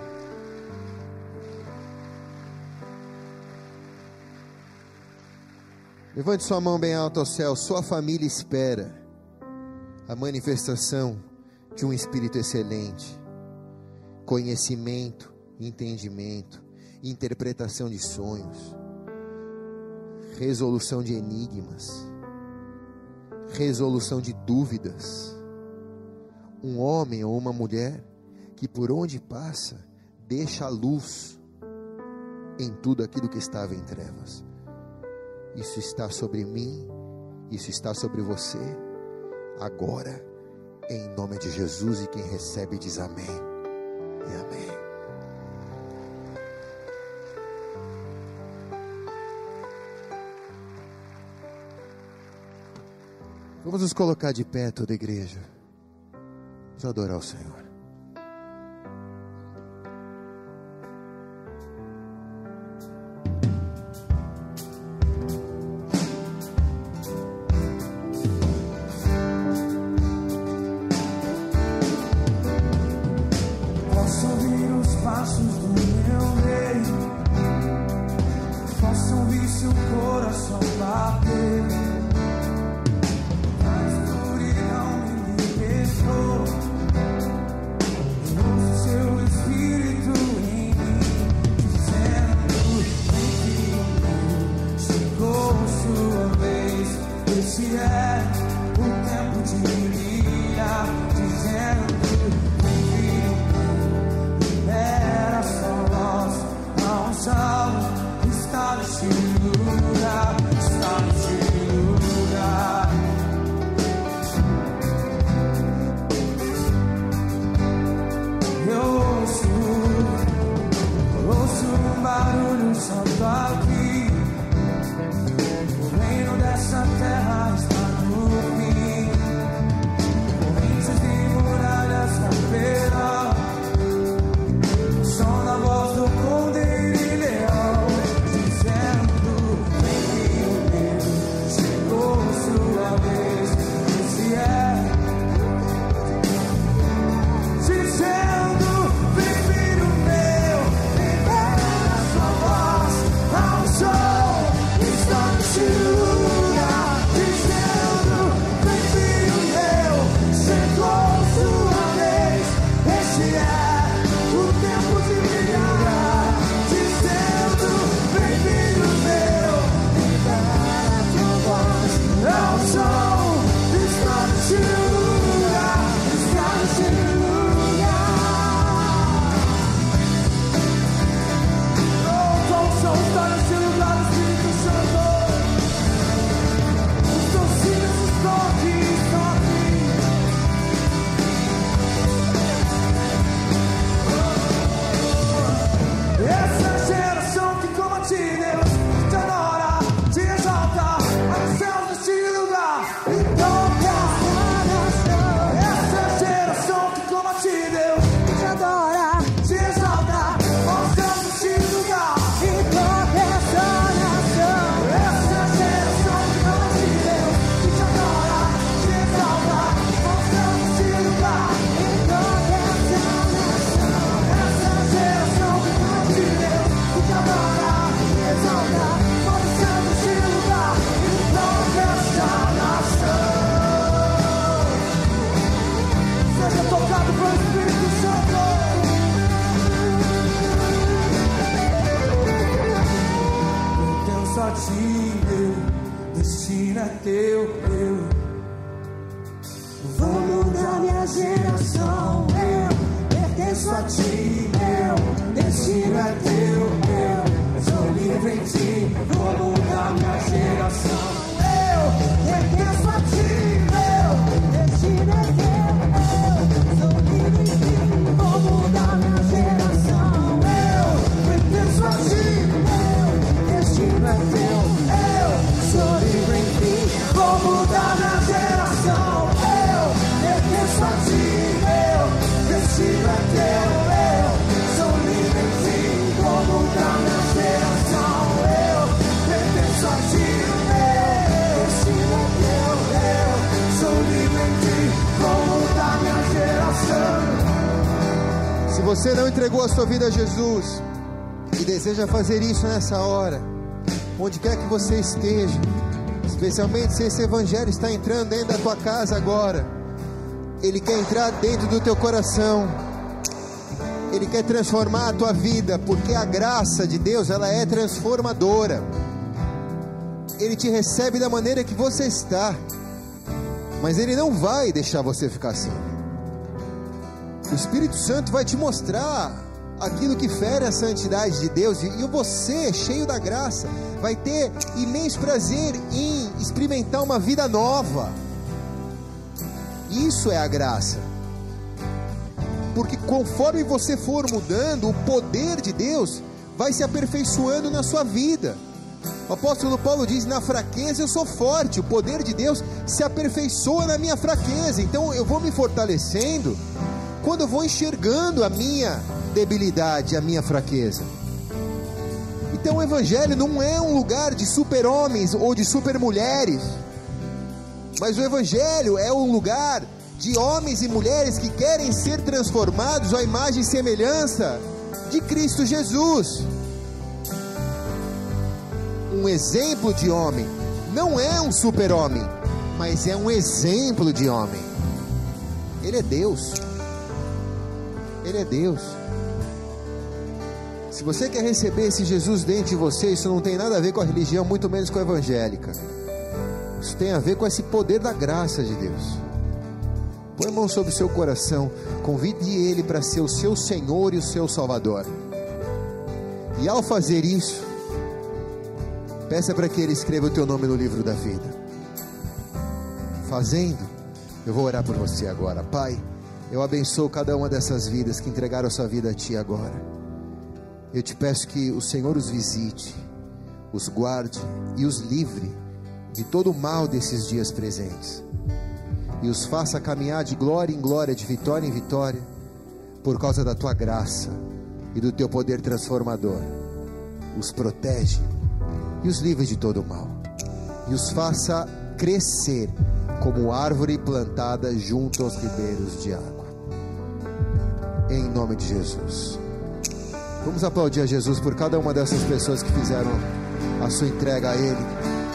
Levante sua mão bem alta ao céu. Sua família espera a manifestação de um espírito excelente, conhecimento, entendimento, interpretação de sonhos, resolução de enigmas, resolução de dúvidas. Um homem ou uma mulher que por onde passa deixa a luz em tudo aquilo que estava em trevas. Isso está sobre mim, isso está sobre você, agora, em nome de Jesus. E quem recebe diz amém e amém. Vamos nos colocar de pé, toda a igreja. Vamos adorar o Senhor. Vou mudar minha geração. Eu pertenço a ti, meu. você não entregou a sua vida a Jesus e deseja fazer isso nessa hora, onde quer que você esteja, especialmente se esse evangelho está entrando dentro da tua casa agora, ele quer entrar dentro do teu coração, ele quer transformar a tua vida, porque a graça de Deus, ela é transformadora. Ele te recebe da maneira que você está, mas ele não vai deixar você ficar assim. O Espírito Santo vai te mostrar aquilo que fere a santidade de Deus, e você, cheio da graça, vai ter imenso prazer em experimentar uma vida nova. Isso é a graça, porque conforme você for mudando, o poder de Deus vai se aperfeiçoando na sua vida. O apóstolo Paulo diz: na fraqueza eu sou forte. O poder de Deus se aperfeiçoa na minha fraqueza. Então eu vou me fortalecendo quando eu vou enxergando a minha debilidade, a minha fraqueza. Então o evangelho não é um lugar de super-homens ou de super-mulheres, mas o evangelho é um lugar de homens e mulheres que querem ser transformados à imagem e semelhança de Cristo Jesus. Um exemplo de homem, não é um super-homem, mas é um exemplo de homem. Ele é Deus. Ele é Deus. Se você quer receber esse Jesus dentro de você, isso não tem nada a ver com a religião, muito menos com a evangélica. Isso tem a ver com esse poder da graça de Deus. Põe a mão sobre o seu coração, convide Ele para ser o seu Senhor e o seu Salvador. E ao fazer isso, peça para que Ele escreva o teu nome no livro da vida. Fazendo, eu vou orar por você agora. Pai, eu abençoo cada uma dessas vidas que entregaram a sua vida a Ti agora. Eu te peço que o Senhor os visite, os guarde e os livre de todo o mal desses dias presentes, e os faça caminhar de glória em glória, de vitória em vitória, por causa da Tua graça e do Teu poder transformador. Os protege e os livre de todo o mal, e os faça crescer como árvore plantada junto aos ribeiros de água, em nome de Jesus. Vamos aplaudir a Jesus por cada uma dessas pessoas que fizeram a sua entrega a Ele.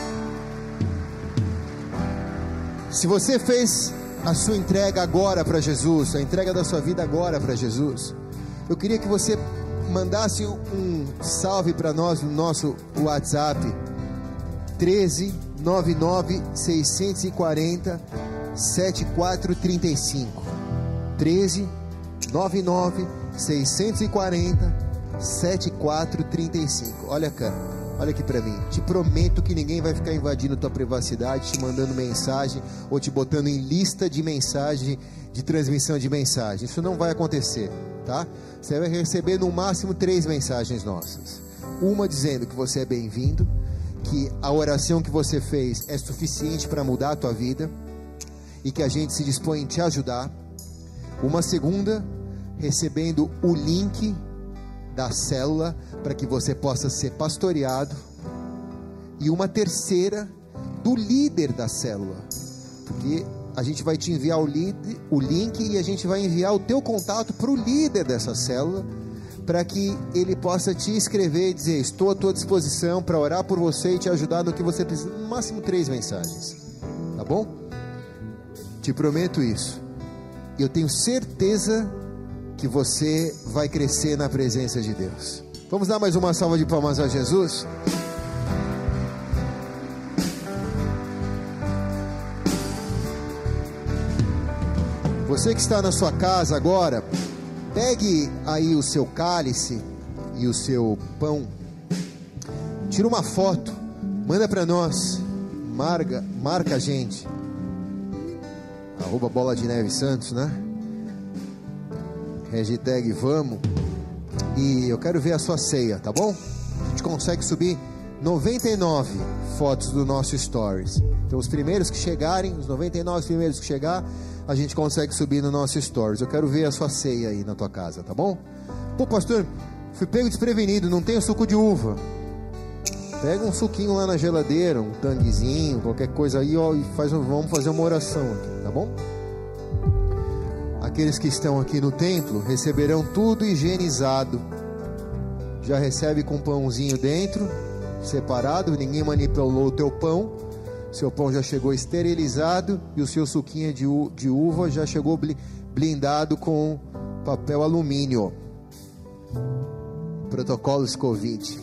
Se você fez a sua entrega agora para Jesus, a entrega da sua vida agora para Jesus, eu queria que você mandasse um salve para nós no nosso WhatsApp, treze, nove nove, seis quatro zero, sete quatro três cinco, treze, nove nove, seis quatro zero, sete quatro três cinco. Olha cá, olha aqui para mim. Te prometo que ninguém vai ficar invadindo tua privacidade, te mandando mensagem ou te botando em lista de mensagem, de transmissão de mensagem. Isso não vai acontecer, tá? Você vai receber no máximo três mensagens nossas. Uma dizendo que você é bem-vindo, que a oração que você fez é suficiente para mudar a tua vida e que a gente se dispõe em te ajudar. Uma segunda, recebendo o link da célula para que você possa ser pastoreado. E uma terceira, do líder da célula, porque a gente vai te enviar o, lead, o link e a gente vai enviar o teu contato para o líder dessa célula, para que ele possa te escrever e dizer: estou à tua disposição para orar por você e te ajudar no que você precisa. No máximo três mensagens, tá bom? Te prometo isso. E eu tenho certeza que você vai crescer na presença de Deus. Vamos dar mais uma salva de palmas a Jesus? Você que está na sua casa agora, pegue aí o seu cálice e o seu pão, tira uma foto, manda para nós, marca, marca a gente, arroba Bola de Neve Santos, né? Hashtag vamos. E eu quero ver a sua ceia, tá bom? A gente consegue subir noventa e nove fotos do nosso Stories. Então os primeiros que chegarem, os noventa e nove primeiros que chegar, a gente consegue subir no nosso Stories. Eu quero ver a sua ceia aí na tua casa, tá bom? Pô, pastor, fui pego desprevenido, não tenho suco de uva. Pega um suquinho lá na geladeira, um tanguezinho, qualquer coisa aí, ó, e faz um, vamos fazer uma oração aqui, tá bom? Aqueles que estão aqui no templo receberão tudo higienizado. Já recebe com um pãozinho dentro, separado, ninguém manipulou o teu pão. Seu pão já chegou esterilizado e o seu suquinho de, u- de uva já chegou bli- blindado com papel alumínio. Protocolos Covid.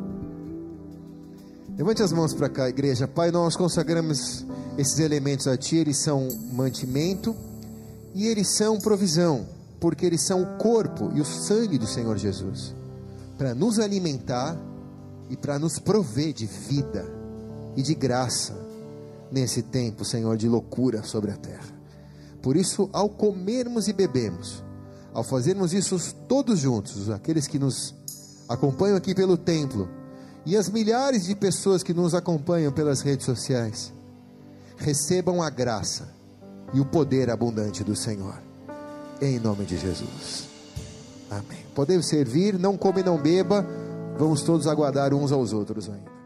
Levante as mãos para cá, igreja. Pai, nós consagramos esses elementos a Ti. Eles são mantimento e eles são provisão, porque eles são o corpo e o sangue do Senhor Jesus, para nos alimentar e para nos prover de vida e de graça nesse tempo, Senhor, de loucura sobre a terra. Por isso, ao comermos e bebemos, ao fazermos isso todos juntos, aqueles que nos acompanham aqui pelo templo e as milhares de pessoas que nos acompanham pelas redes sociais, recebam a graça e o poder abundante do Senhor, em nome de Jesus, amém. Podemos servir, não come, não beba, vamos todos aguardar uns aos outros ainda.